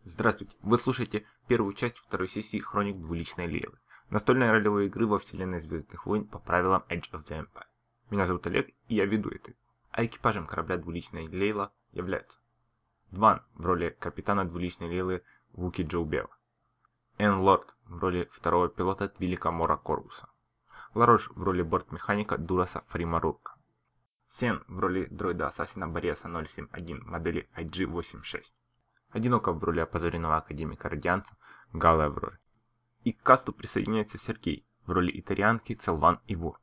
Здравствуйте, вы слушаете первую часть второй сессии «Хроник двуличной Лейлы», настольной ролевой игры во вселенной Звездных войн по правилам Age of the Empire. Меня зовут Олег, и я веду эту. А экипажем корабля двуличной Лейла являются Дван в роли капитана двуличной Лейлы Вуки Джоубева, Энн Лорд в роли второго пилота Твилика Мора Корвуса, Ларош в роли бортмеханика Дураса Фрима Рурка, Сен в роли дроида-ассасина Бориаса 071 модели IG-86, Одиноков в роли опозоренного академика-радианца Гала Эврори. И к касту присоединяется Сергей в роли итальянки Целван Ивур.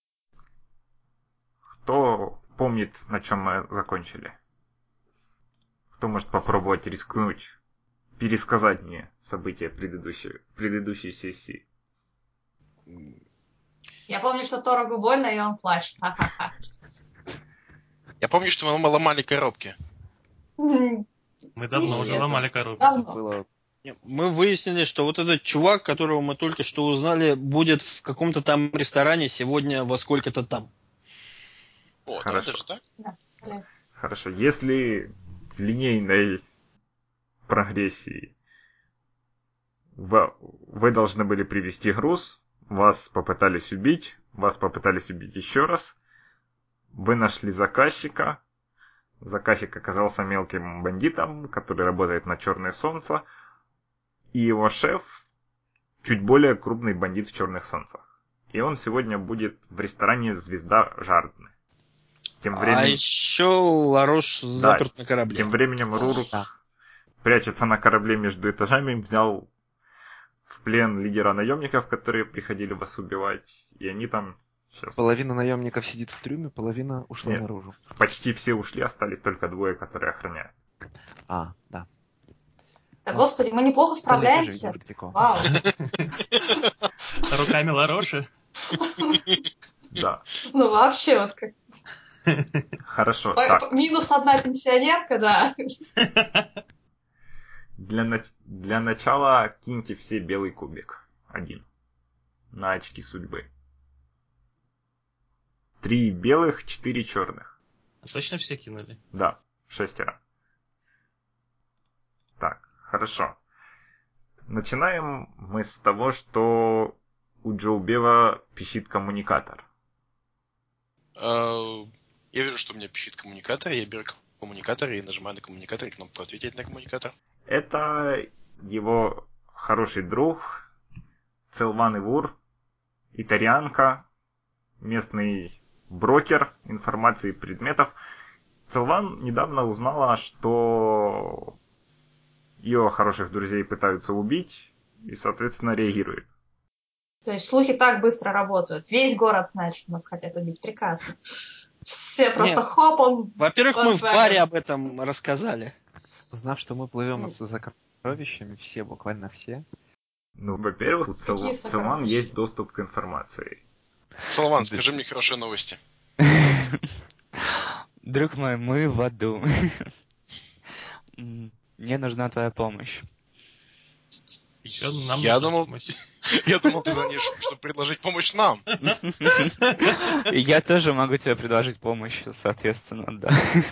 Кто помнит, на чем мы закончили? Кто может попробовать рискнуть, пересказать мне события предыдущей сессии? Я помню, что Торогу больно, и он плачет. Ха-ха-ха. Я помню, что мы ломали коробки. Мы давно уже ломали коробки. Давно. Мы выяснили, что вот этот чувак, которого мы только что узнали, будет в каком-то там ресторане сегодня во сколько-то там. О, Хорошо. да, даже так? Да. Хорошо, если в линейной прогрессии вы должны были привести груз, вас попытались убить еще раз, вы нашли заказчика, заказчик оказался мелким бандитом, который работает на Черное Солнце, и его шеф чуть более крупный бандит в Черных Солнцах. И он сегодня будет в ресторане «Звезда Жардны». А еще Ларош заперт на корабле. Тем временем Рурук прячется на корабле между этажами, взял в плен лидера наемников, которые приходили вас убивать, и они там сейчас... Половина наемников сидит в трюме, половина ушла наружу. Почти все ушли, остались только двое, которые охраняют. Да. Да, господи, мы неплохо справляемся. Вау. Руками Лароши? Да. Ну вообще вот как. Хорошо, так. Минус одна пенсионерка, да. Для начала киньте все белый кубик. 1. На очки судьбы. 3 белых, 4 черных. Точно все кинули? Да, 6. Так, хорошо. Начинаем мы с того, что у Джоубева пищит коммуникатор. Я вижу, что у меня пищит коммуникатор, я беру коммуникатор и нажимаю на коммуникатор и кнопку «Ответить на коммуникатор». Это его хороший друг Целван Ивур, итальянка, местный брокер информации и предметов. Целван недавно узнала, что ее хороших друзей пытаются убить, и, соответственно, реагирует. То есть слухи так быстро работают. Весь город знает, что нас хотят убить. Прекрасно. Все просто хоп, он... Во-первых, мы в баре об этом рассказали. Узнав, что мы плывем за сокровищами, все, буквально все. Ну, во-первых, у Целван есть доступ к информации. Целван, скажи мне хорошие новости. Друг мой, мы в аду. Мне нужна твоя помощь. Я думал, ты звонишь, чтобы предложить помощь нам. Я тоже могу тебе предложить помощь, соответственно, да.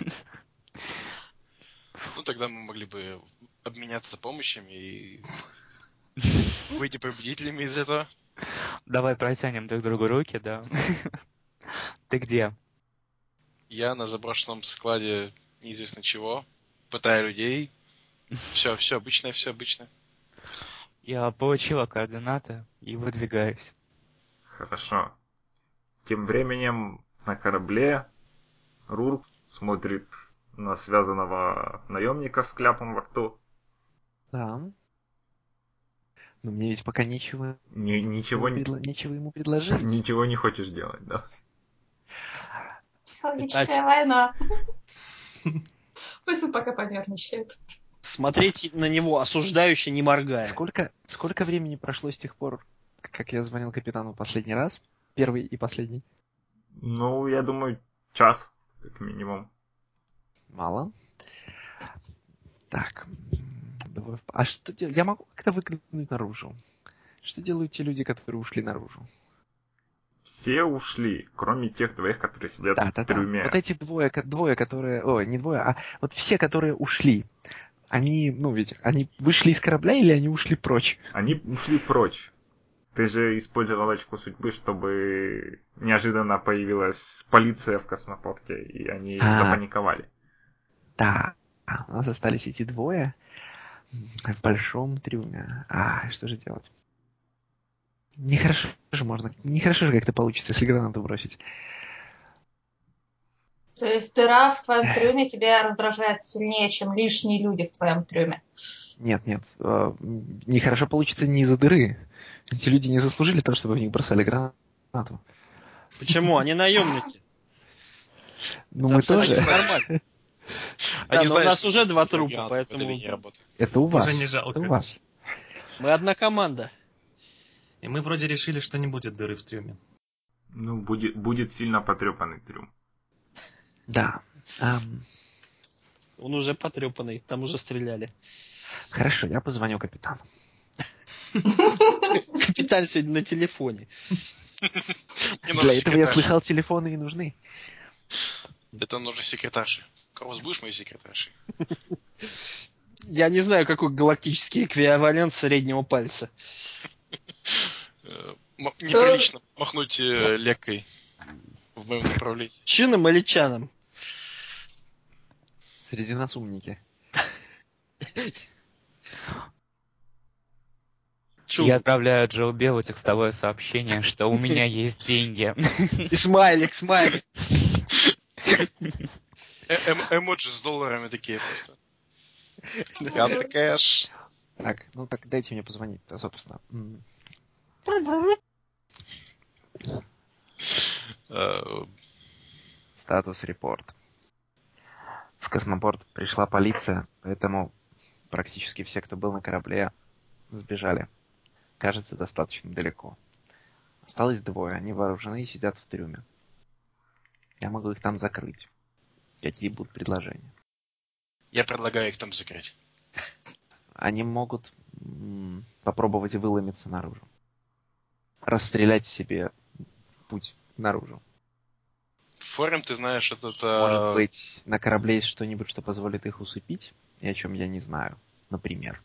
Ну, тогда мы могли бы обменяться помощями и выйти победителями из этого. Давай протянем друг другу руки, да. Ты где? Я на заброшенном складе неизвестно чего, пытаю людей. Все обычное, все обычное. Я получила координаты и выдвигаюсь. Хорошо. Тем временем на корабле Рурк смотрит на связанного наемника с кляпом во рту. Да. Но мне ведь пока ничего ему предложить. Ничего не хочешь делать, да? Психологическая война. Пусть он пока понервничает. Смотреть на него осуждающе, не моргая. Сколько времени прошло с тех пор, как я звонил капитану последний раз? Первый и последний? Ну, я думаю, час, как минимум. Мало. Так. А что делать? Я могу как-то выглянуть наружу? Что делают те люди, которые ушли наружу? Все ушли, кроме тех двоих, которые сидят в трюме. Вот эти двое, которые... Ой, не двое, а вот все, которые ушли. Они, ведь они вышли из корабля или они ушли прочь? Они ушли прочь. Ты же использовал очко судьбы, чтобы неожиданно появилась полиция в космопорте, и они запаниковали. Да. У нас остались эти двое в большом трюме. Что же делать? Нехорошо же как-то получится, если гранату бросить. То есть дыра в твоем трюме тебя раздражает сильнее, чем лишние люди в твоем трюме? Нет. Нехорошо получится не из-за дыры. Эти люди не заслужили того, чтобы в них бросали гранату. Почему? Они наемники. Мы тоже. Нормально. Да, но у нас уже 2 трупа, поэтому... Это у вас. Уже не жалко. Это у вас. Мы одна команда. И мы вроде решили, что не будет дыры в трюме. Будет сильно потрепанный трюм. Да. Он уже потрепанный, там уже стреляли. Хорошо, я позвоню капитану. Капитан сегодня на телефоне. Для этого я слыхал, телефоны и нужны. Это нужно секретарши. Кросс, будешь моей секретаршей? Я не знаю, какой галактический эквивалент среднего пальца. Неприлично махнуть леккой в моем направлении. Чином или чаном? Среди нас умники. Я отправляю Джо Беллу текстовое сообщение, что у меня есть деньги. И смайлик. Эмоджи с долларами такие просто. Got the cash. Так дайте мне позвонить-то, собственно. Статус-репорт. В космопорт пришла полиция, поэтому практически все, кто был на корабле, сбежали. Кажется, достаточно далеко. Осталось 2, они вооружены и сидят в трюме. Я могу их там закрыть. Какие будут предложения? Я предлагаю их там закрыть. Они могут попробовать выломиться наружу. Расстрелять себе путь наружу. Форем, ты знаешь, Может быть, на корабле есть что-нибудь, что позволит их усыпить? И о чем я не знаю. Например.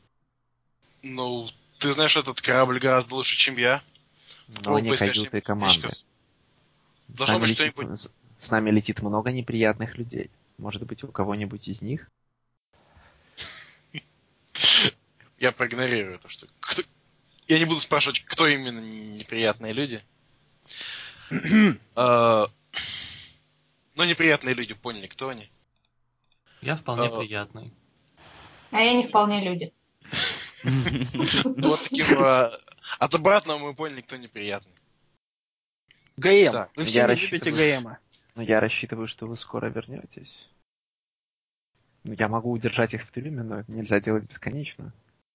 Ты знаешь, этот корабль гораздо лучше, чем я. Но не каюты команды. Должно быть что-нибудь... С нами летит много неприятных людей. Может быть, у кого-нибудь из них? Я проигнорирую то, что... Я не буду спрашивать, кто именно неприятные люди. Но неприятные люди поняли, кто они. Я вполне приятный. А я не вполне люди. Вот таким... От обратного мы поняли, кто неприятный. ГМ. Вы все не любите ГМа. Я рассчитываю, что вы скоро вернетесь. Я могу удержать их в трюме, но это нельзя делать бесконечно.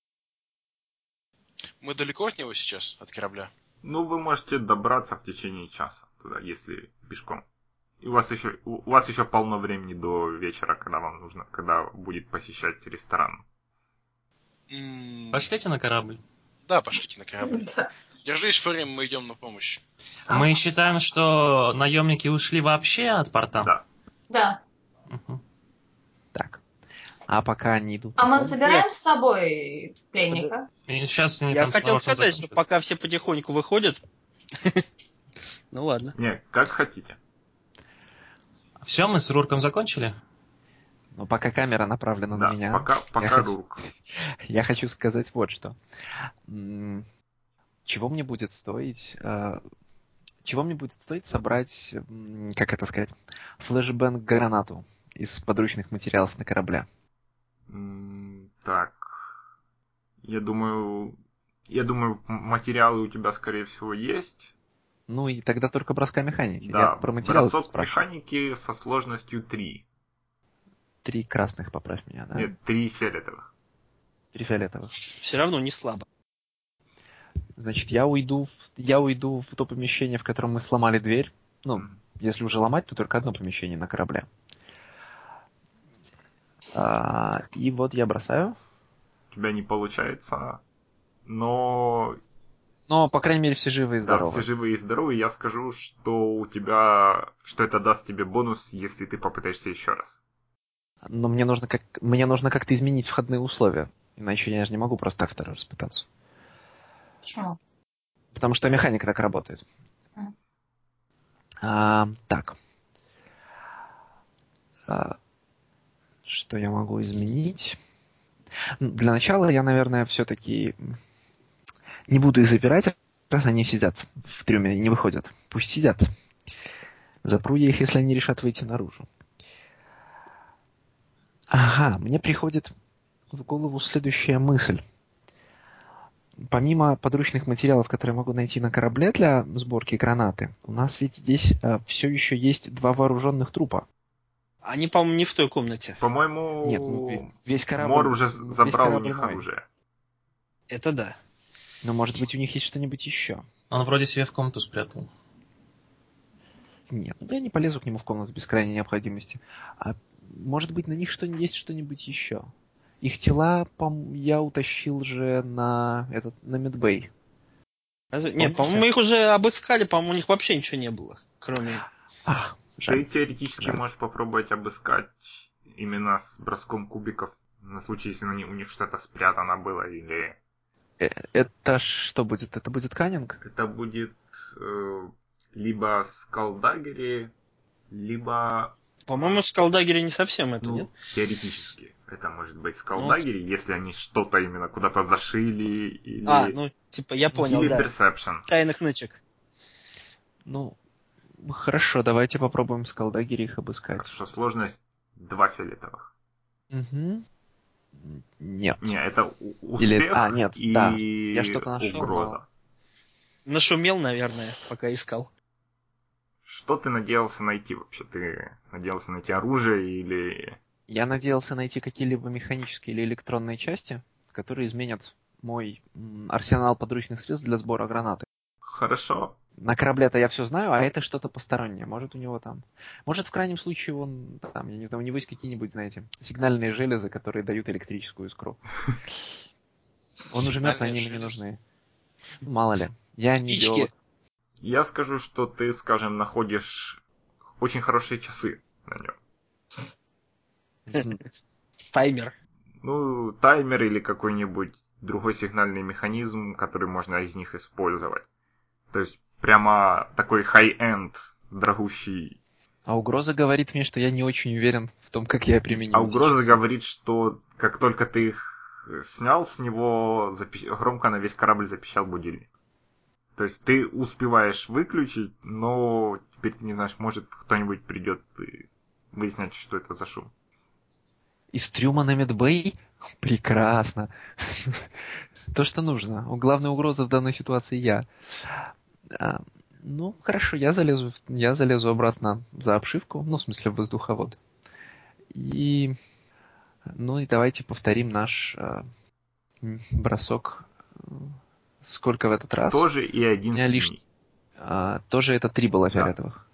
Мы далеко от него сейчас, от корабля? Вы можете добраться в течение часа туда, если пешком. И у вас еще полно времени до вечера, когда будет посещать ресторан. Пошлите на корабль. Да, пошлите на корабль. Держись, Форим, мы идем на помощь. Мы считаем, что наемники ушли вообще от порта? Да. Угу. Так. А пока они идут... А мы собираем с собой пленника? И сейчас они Я хотел сказать, что пока все потихоньку выходят... Ну ладно. Не, как хотите. Все, мы с Рурком закончили? Но пока камера направлена на меня... Пока Рурк. Я хочу сказать вот что. Чего мне будет стоить собрать, как это сказать, флешбэнк-гранату из подручных материалов на корабле? Так. Я думаю, материалы у тебя, скорее всего, есть. И тогда только броска механики. Да, Я про материалы бросок спрашиваю. механики со сложностью 3. 3 красных, поправь меня, да? Нет, 3 фиолетовых. 3 фиолетовых. Все равно не слабо. Значит, я уйду в то помещение, в котором мы сломали дверь. Если уже ломать, то только одно помещение на корабле. И вот я бросаю. У тебя не получается, но, по крайней мере, все живы и здоровы. Да, все живы и здоровы. Я скажу, что это даст тебе бонус, если ты попытаешься еще раз. Но мне нужно как-то изменить входные условия. Иначе я же не могу просто так второй раз пытаться. Почему? Потому что механика так работает. Так. Что я могу изменить? Для начала я, наверное, все-таки не буду их запирать, раз они сидят в трюме и не выходят. Пусть сидят. Запру я их, если они решат выйти наружу. Ага, мне приходит в голову следующая мысль. Помимо подручных материалов, которые я могу найти на корабле для сборки гранаты, у нас ведь здесь все еще есть 2 вооруженных трупа. Они, по-моему, не в той комнате. Нет, По-моему, весь корабль... Мор уже весь забрал у корабль них мой. оружие. Это да. Но, может быть, у них есть что-нибудь еще. Он вроде себе в комнату спрятал. Нет, я не полезу к нему в комнату без крайней необходимости. А может быть, на них есть что-нибудь еще. Их тела я утащил же на медбей. Нет, по-моему, мы их уже обыскали, по-моему, у них вообще ничего не было, кроме... Жаль. Ты теоретически Жаль. можешь попробовать обыскать именно с броском кубиков, на случай, если у них что-то спрятано было, или... Это что будет? Это будет каннинг? Это будет либо скалдагери, либо... По-моему, скалдагери не совсем это, нет? Теоретически. Это может быть Ну, скалдагери, если они что-то именно куда-то зашили, или... я понял, или да. интерсепшн. Тайных нычек. Хорошо, давайте попробуем скалдагери их обыскать. Хорошо, сложность 2 фиолетовых. Угу. Нет. Не, это успех нет, и да. Я что-то нашел, угроза. Нашумел, наверное, пока искал. Что ты надеялся найти вообще? Ты надеялся найти оружие или... Я надеялся найти какие-либо механические или электронные части, которые изменят мой арсенал подручных средств для сбора гранаты. Хорошо. На корабле-то я все знаю, а это что-то постороннее. Может, у него там... Может, в крайнем случае, он там, я не знаю, у него есть какие-нибудь, знаете, сигнальные железы, которые дают электрическую искру. Он уже мертв, они ему не нужны. Мало ли. Я не биолог. Я скажу, что ты, скажем, находишь очень хорошие часы на нем. Таймер. Таймер или какой-нибудь другой сигнальный механизм, который можно из них использовать. То есть прямо такой хай-энд, дорогущий. А угроза говорит мне, что я не очень уверен в том, как я применю. А угроза говорит, что как только ты их снял с него, громко на весь корабль запищал будильник. То есть ты успеваешь выключить, но теперь ты не знаешь, может кто-нибудь придет и выяснять, что это за шум. Из трюма на медбей? Прекрасно. То, что нужно. Главная угроза в данной ситуации я. Хорошо, я залезу обратно за обшивку, в смысле в воздуховод. И давайте повторим наш бросок. Сколько в этот раз? Тоже и один синий. Тоже это 3 было фиолетовых.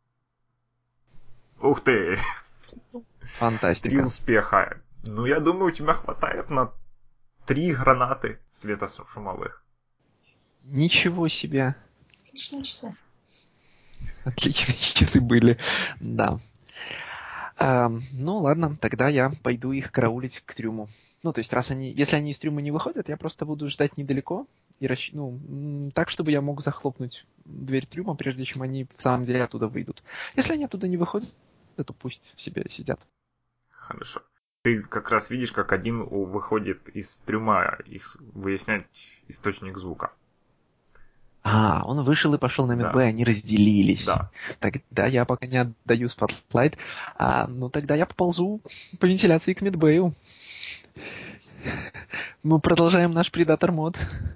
Ух ты! Фантастика. 3 успеха. Я думаю, у тебя хватает на 3 гранаты светошумовых. Ничего себе. Отличные часы. Отличные часы были, да. Ладно, тогда я пойду их караулить к трюму. То есть, если они из трюма не выходят, я просто буду ждать недалеко, и так, чтобы я мог захлопнуть дверь трюма, прежде чем они в самом деле оттуда выйдут. Если они оттуда не выходят, то пусть себе сидят. Хорошо. Ты как раз видишь, как один выходит из трюма выяснять источник звука. Он вышел и пошел на медбэй, они разделились. Да. Тогда я пока не отдаю спотлайт. Тогда я поползу по вентиляции к медбэю. Мы продолжаем наш предатор мод.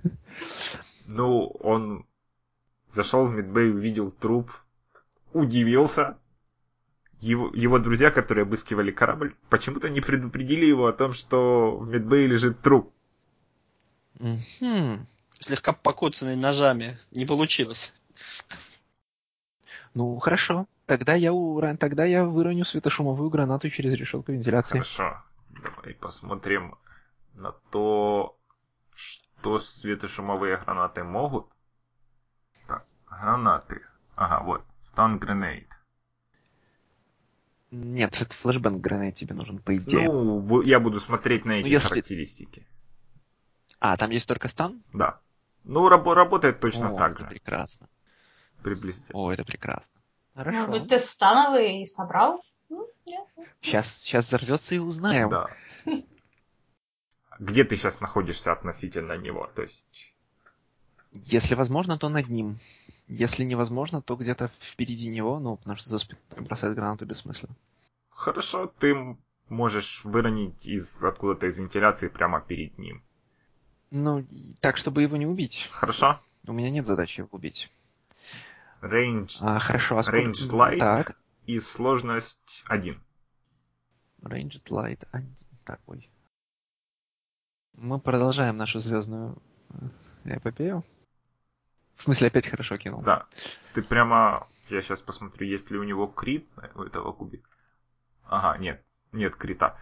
Он зашел в медбэй, увидел труп, удивился. Его друзья, которые обыскивали корабль, почему-то не предупредили его о том, что в медбэе лежит труп. Слегка покоцанный ножами. Не получилось. Хорошо. Тогда я выроню светошумовую гранату через решетку вентиляции. Хорошо. Давай посмотрим на то, что светошумовые гранаты могут. Так, гранаты. Ага, вот. Stun grenade. Нет, это флешбэнг гранат тебе нужен, по идее. Ну, я буду смотреть на эти если- характеристики. А, там есть только стан? Да. Ну, работает точно О, так это же. прекрасно. Приблизительно. О, это прекрасно. Может Хорошо. быть, ты становый собрал? Нет. Сейчас взорвется и узнаем. Да. Где ты сейчас находишься относительно него? То есть... Если возможно, то над ним. Если невозможно, то где-то впереди него, ну, потому что за спиной бросать гранату бессмысленно. Хорошо, ты можешь выронить откуда-то из вентиляции прямо перед ним. Ну, так, чтобы его не убить. Хорошо? У меня нет задачи его убить. Range, Хорошо, а сколько... Ranged Light Так, и сложность 1. Ranged Light 1. Так, ой. Мы продолжаем нашу звездную эпопею. В смысле, опять хорошо кинул. Да. Ты прямо... Я сейчас посмотрю, есть ли у него крит у этого кубика. Ага, нет крита.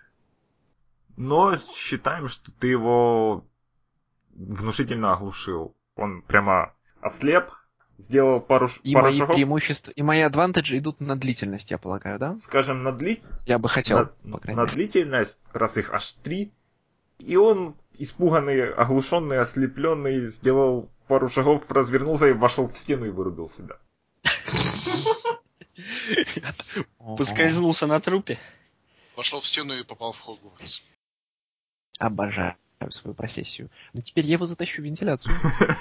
Но считаем, что ты его внушительно оглушил. Он прямо ослеп, сделал пару мои шагов. преимущества, и мои адвантажи идут на длительность, я полагаю, да? Скажем, Я бы хотел, по крайней на мере. длительность, раз их аж 3. И он, испуганный, оглушенный, ослепленный, сделал пару шагов, развернулся и вошел в стену и вырубил себя. Поскользнулся на трупе. Вошел в стену и попал в Хогвартс. Обожаю свою профессию. Но теперь я его затащу в вентиляцию.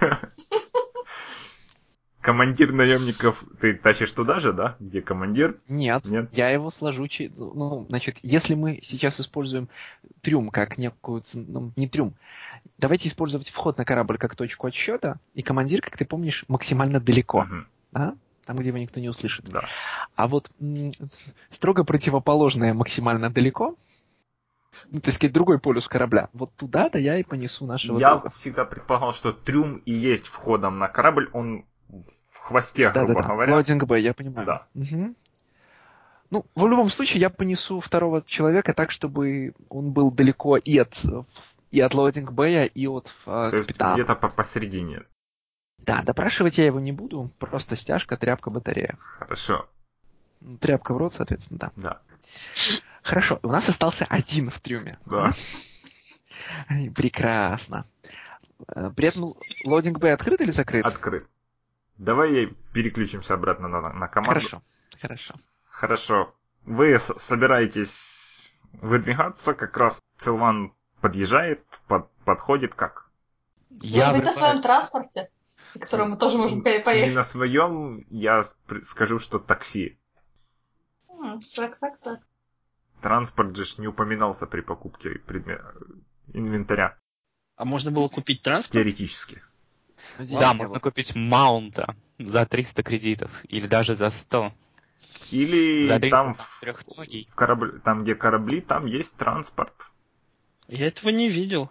Командир наемников ты тащишь туда же, да? Где командир? Нет, Нет? я его сложу... Ну, значит, если мы сейчас используем трюм как некую... Ну, не трюм. Давайте использовать вход на корабль как точку отсчета, и командир, как ты помнишь, максимально далеко. Мгм. Да? Там, где его никто не услышит. Да. А вот строго противоположное максимально далеко, ну, так сказать, другой полюс корабля, вот туда-то я и понесу нашего Я друга. всегда предполагал, что трюм и есть входом на корабль, он в хвосте, грубо Да-да-да, говоря. лоадинг Б, я понимаю. Да. Мгм. Ну, в любом случае, я понесу второго человека так, чтобы он был далеко и от лоадинг Бэя, и от То есть капитана. где-то посередине. Да, допрашивать я его не буду, просто стяжка, тряпка, батарея. Хорошо. Тряпка в рот, соответственно, да. Да. Хорошо, у нас остался один в трюме. Да. Прекрасно. При этом лоадинг Бэй открыт или закрыт? Открыт. Давай переключимся обратно на команду. Хорошо. Хорошо. Вы собираетесь выдвигаться, как раз Целван подъезжает, подходит как? Может быть, на своем транспорте, на котором мы тоже можем Не поехать. на своем, я скажу, что такси. Свек. Транспорт же не упоминался при покупке инвентаря. А можно было купить транспорт? Теоретически. Да, можно купить маунта за 300 кредитов. Или даже за 100. Или За 300 там, там трехногий. там, где корабли, там есть транспорт. Я этого не видел.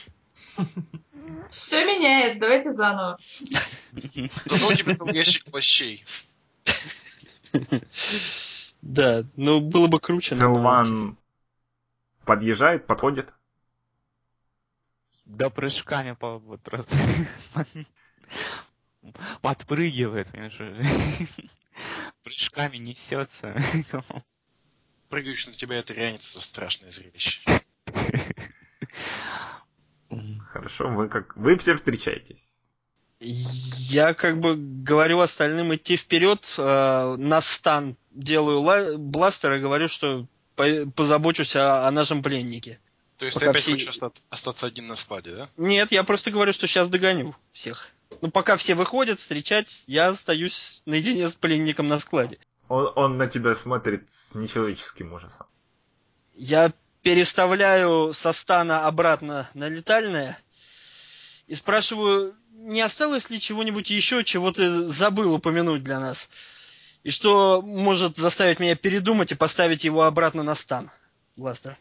Все меняет, давайте заново. Зато у тебя там ящик плащей. Да, ну было бы круче. Целван подъезжает, подходит. Да прыжками вот просто подпрыгивает, понимаешь? Прыжками несется. Прыгающий на тебя это реально страшное зрелище. Хорошо, вы все встречаетесь. Я как бы говорю остальным идти вперед, на стан делаю бластер и говорю, что позабочусь о нашем пленнике. То есть Пока ты опять все- хочешь остаться один на складе, да? Нет, я просто говорю, что сейчас догоню всех. Ну, пока все выходят встречать, я остаюсь наедине с пленником на складе. Он на тебя смотрит с нечеловеческим ужасом. Я переставляю со стана обратно на летальное и спрашиваю, не осталось ли чего-нибудь еще, чего ты забыл упомянуть для нас? И что может заставить меня передумать и поставить его обратно на стан? Бластер.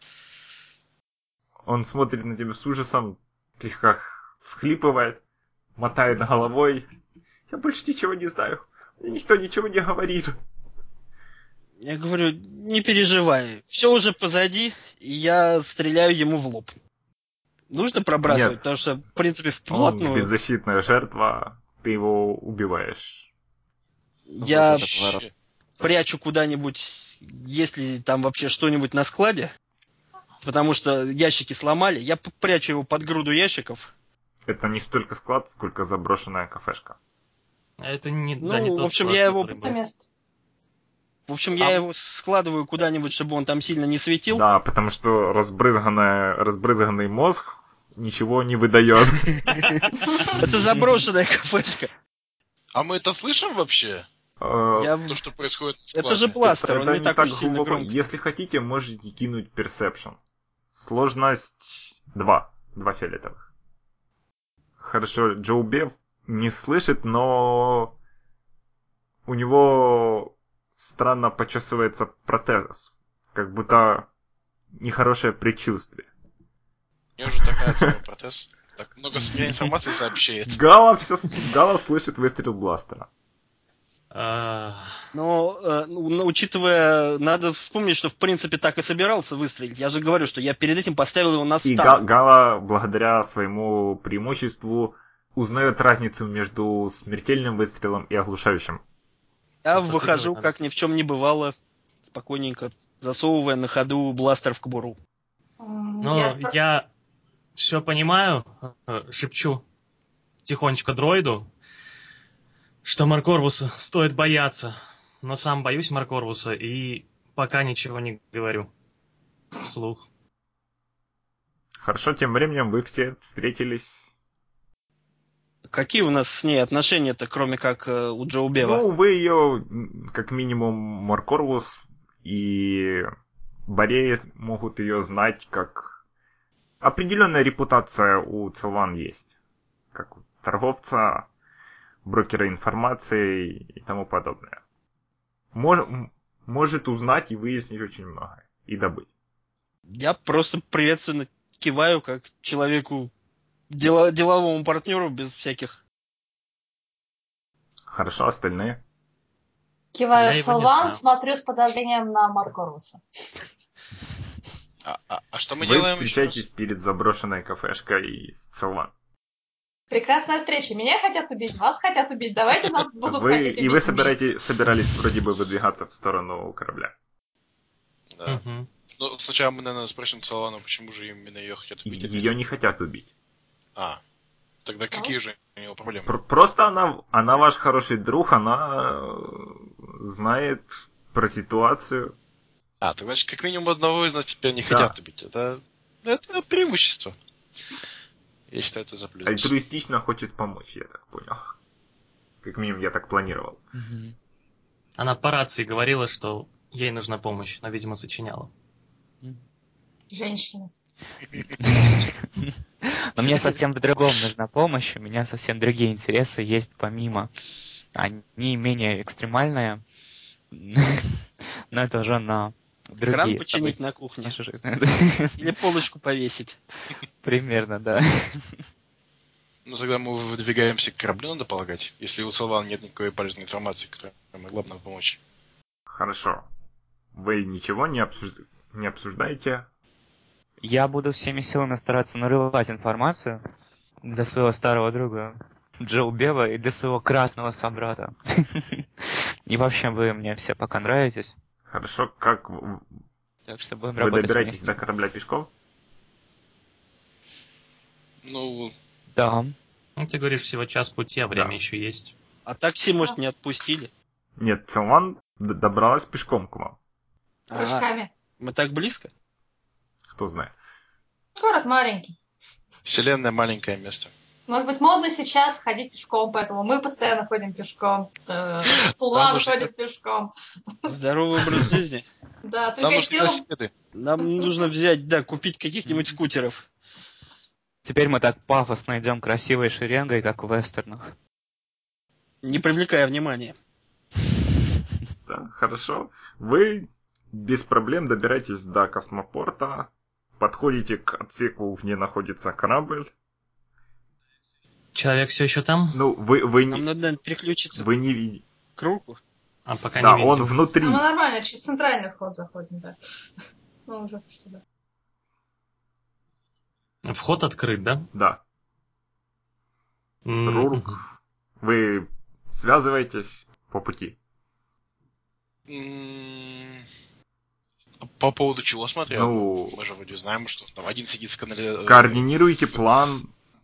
Он смотрит на тебя с ужасом, слегка всхлипывает, мотает головой. Я больше ничего не знаю. Мне никто ничего не говорит. Я говорю, не переживай, все уже позади, и я стреляю ему в лоб. Нужно пробрасывать, Нет. потому что, в принципе, Он вплотную беззащитная жертва, ты его убиваешь. я Вот это поворот. прячу куда-нибудь есть ли там вообще что-нибудь на складе. Потому что ящики сломали. Я прячу его под груду ящиков. Это не столько склад, сколько заброшенная кафешка. Это не, Ну, да, не тот в общем, склад, я его... который был. Место. В общем, я его складываю куда-нибудь, чтобы он там сильно не светил. Да, потому что разбрызганный мозг ничего не выдает. Это заброшенная кафешка. А мы это слышим вообще? Я- То, что происходит в складе? Это же пластер, он Это не так уж сильно глубоко. громко. Если хотите, можете кинуть Perception. Сложность 2. 2 фиолетовых. Хорошо, Джоу Бев не слышит, но у него странно почесывается протез. Как будто нехорошее предчувствие. Мне уже так нравится мой протез. Так много с меня информации сообщает. Гала слышит выстрел бластера. Но, учитывая, надо вспомнить, что в принципе так и собирался выстрелить. Я же говорю, что я перед этим поставил его на И стан. Гала, благодаря своему преимуществу, узнает разницу между смертельным выстрелом и оглушающим. Я Вот выхожу, надо. как ни в чем не бывало, спокойненько, засовывая на ходу бластер в кобуру. Но я все понимаю, шепчу тихонечко дроиду, что Маркорвуса стоит бояться. Но сам боюсь Маркорвуса и пока ничего не говорю вслух. Хорошо, тем временем вы все встретились. Какие у нас с ней отношения-то, кроме как у Джоу Бева? Ну, вы ее, как минимум, Маркорвус и Бореи могут ее знать, как определенная репутация у Целван есть. Как у торговца, брокера информации и тому подобное. Может узнать и выяснить очень многое. И добыть. Я просто приветственно киваю, как человеку, деловому партнеру, без всяких... Хорошо, остальные? Киваю Я в его не Салван, знаю. смотрю с подозрением на Маркоруса. А что мы Вы делаем встречаетесь еще перед заброшенной кафешкой с Целван. Прекрасная встреча. Меня хотят убить, вас хотят убить. Давайте нас будут хотеть убить Вы вместе. собирались вроде бы выдвигаться в сторону корабля. Да. Мгм. Ну, сначала мы, наверное, спросим Салану, почему же именно ее хотят убить. Ее не хотят убить. Тогда Что? какие же у него проблемы? Просто она ваш хороший друг, она знает про ситуацию. Так значит, как минимум одного из нас теперь не Да. хотят убить. Это преимущество. Я считаю, это за плюс. Альтруистично хочет помочь, я так понял. Как минимум, я так планировал. Она по рации говорила, что ей нужна помощь, но, видимо, сочиняла. Женщина. Но мне совсем в другом нужна помощь, у меня совсем другие интересы есть помимо. Они менее экстремальные, но это уже на Кран другие починить события на кухне. нашей жизни. Или полочку повесить. Примерно, да. Ну, тогда мы выдвигаемся к кораблю, надо полагать, если у Салвана нет никакой полезной информации, которая могла бы нам помочь. Хорошо. Вы ничего не обсуждаете? Я буду всеми силами стараться нарывать информацию для своего старого друга Джоу Бева и для своего красного собрата. И вообще вы мне все пока нравитесь, Хорошо, как так что будем вы работать добираетесь вместе. до корабля пешком? Ну, Да. Ну, ты говоришь, всего час пути, а время Да. еще есть. А такси, может, не отпустили? Нет, Целван добралась пешком к вам. Прыжками. Мы так близко? Кто знает. Город маленький. вселенная маленькое место. Может быть, модно сейчас ходить пешком, поэтому мы постоянно ходим пешком. Там Салван нужны- ходит пешком. Здоровый образ жизни. Да, Там только нужны тело... велосипеды. Нам нужно взять, да, купить каких-нибудь скутеров. Теперь мы так пафосно идем красивой шеренгой, как в вестернах. Не привлекая внимания. Да, хорошо. Вы без проблем добираетесь до космопорта, подходите к отсеку, где находится корабль. Человек все еще там? Ну, вы Нам не... надо, наверное, переключиться Вы не видите. к руку. А пока Да, не видим. он внутри. А мы нормально, через центральный вход заходим, да. Ну, уже что да. Вход открыт, да? Да. Рурк. Мгм. Вы связываетесь по пути. По поводу чего смотрел? Ну, Мы же вроде знаем, что там один сидит в канале... координируйте план.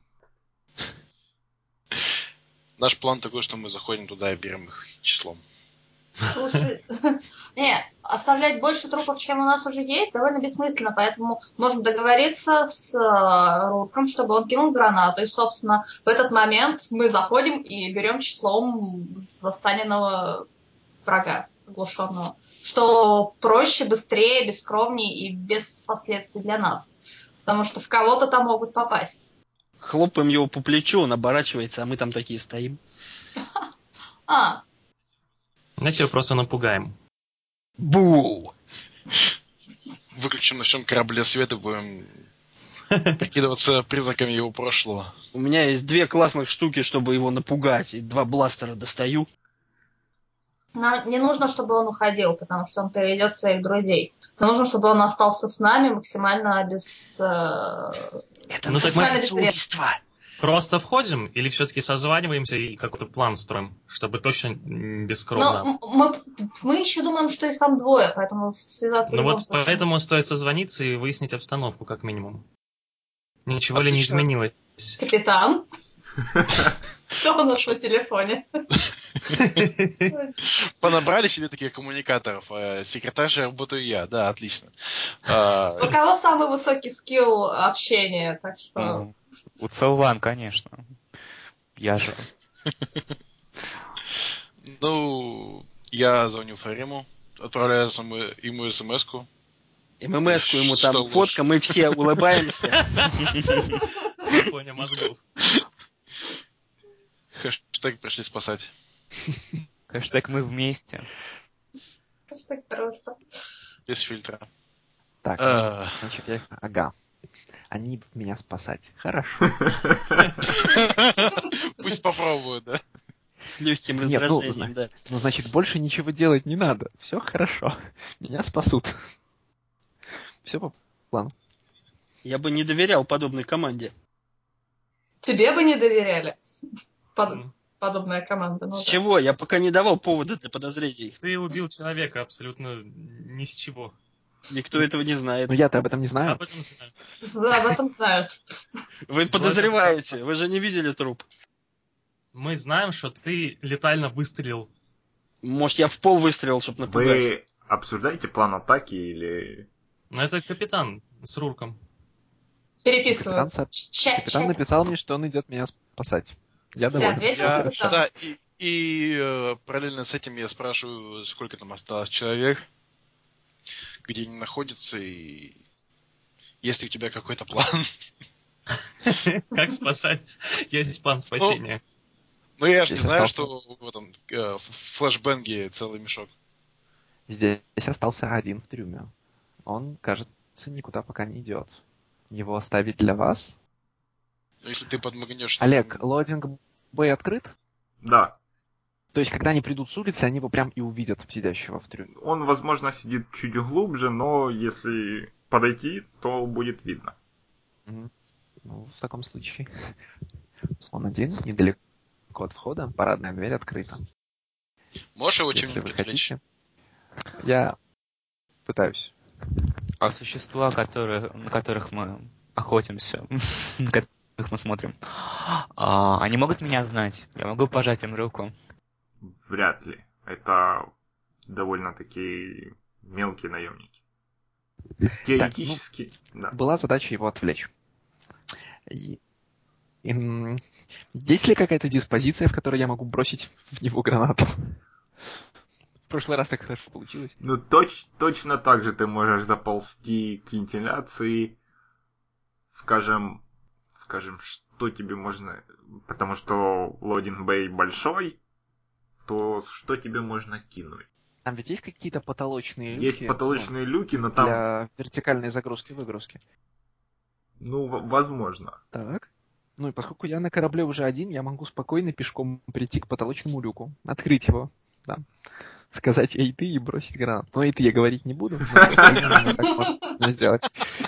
Наш план такой, что мы заходим туда и берем их числом. Слушай, не, оставлять больше трупов, чем у нас уже есть, довольно бессмысленно, поэтому можем договориться с Рурком, чтобы он кинул гранату, и, собственно, в этот момент мы заходим и берем числом застаненного врага, оглушенного, что проще, быстрее, бескровнее и без последствий для нас, потому что в кого-то там могут попасть. Хлопаем его по плечу, он оборачивается, а мы там такие стоим. Давайте его просто напугаем. Бу! Выключим на всем корабле свет и будем прикидываться признаками его прошлого. У меня есть 2 классных штуки, чтобы его напугать, и 2 бластера достаю. Нам не нужно, чтобы он уходил, потому что он приведет своих друзей. Но нужно, чтобы он остался с нами максимально без... Это Ну, так мы- называется убийство. Просто входим или все-таки созваниваемся и какой-то план строим, чтобы точно бескровно? Но мы еще думаем, что их там 2, поэтому связаться в Ну любом вот случае. поэтому стоит созвониться и выяснить обстановку, как минимум. Ничего ли не Отлично. изменилось? Капитан? Кто у нас на телефоне? Понабрали себе таких коммуникаторов. Секретаршей работаю я. Да, отлично. У кого самый высокий скилл общения, так что... Ну, у Целван, конечно. Я же. Ну, я звоню Фариму, отправляю ему смс-ку. ММС-ку ему Что там ложь? фотка, мы все улыбаемся. На фоне мозгов. Хэштег пришли спасать. Хэштег мы вместе. Хэштег дружба. Без фильтра. Так, А. значит, я... Ага. Они идут меня спасать. Хорошо. Пусть попробуют, да? С легким Нет, раздражением, да. ну, значит, больше ничего делать не надо. Все хорошо. Меня спасут. Все по плану. Я бы не доверял подобной команде. Тебе бы не доверяли. Подобная команда. С чего? Я пока не давал повода для подозрений. Ты убил человека абсолютно ни с чего. Никто этого не знает. Но я-то об этом не знаю. Об этом знаю. Об этом знают. Вы подозреваете, вы же не видели труп. Мы знаем, что ты летально выстрелил. Может, я в пол выстрелил, чтобы напугать. Вы обсуждаете план атаки или... Но это капитан с Рурком. Переписываются. Капитан написал мне, что он идет меня спасать. Я доволен. ответил Всё капитан. хорошо. Да, и параллельно с этим я спрашиваю, сколько там осталось человек, где они находятся, и есть ли у тебя какой-то план. Как спасать? Есть план спасения. Ну я же не Здесь знаю, остался. что в этом в флешбенге целый мешок. Здесь остался один в трюме. Он, кажется, никуда пока не идет. Его оставить для вас? Но если ты подмагнешь... Олег, лодинг бэй открыт? Да, То есть, когда они придут с улицы, они его прям и увидят, сидящего в трюме. он, возможно, сидит чуть глубже, но если подойти, то будет видно. Мгм. Ну, в таком случае. Он один, недалеко от входа, парадная дверь открыта. Можешь его Если чем-нибудь вы отвлечь? хотите. Я пытаюсь. А существа, на которых мы охотимся, на которых мы смотрим, они могут меня знать? Я могу пожать им руку? Вряд ли. Это довольно-таки мелкие наемники. Теоретически, да. Была задача его отвлечь. Есть ли какая-то диспозиция, в которой я могу бросить в него гранату? В прошлый раз так хорошо получилось. Ну, точно так же ты можешь заползти к вентиляции, скажем, что тебе можно... Потому что лодинг бэй большой, то что тебе можно кинуть? Там ведь есть какие-то потолочные люки? Есть потолочные люки, но там... Для вертикальной загрузки-выгрузки. Ну, возможно. Так. Ну и поскольку я на корабле уже один, я могу спокойно пешком прийти к потолочному люку, открыть его, да, сказать «Эй, ты!» и бросить гранату. Но «Эй, ты» я говорить не буду, но всё остальное именно так можно сделать.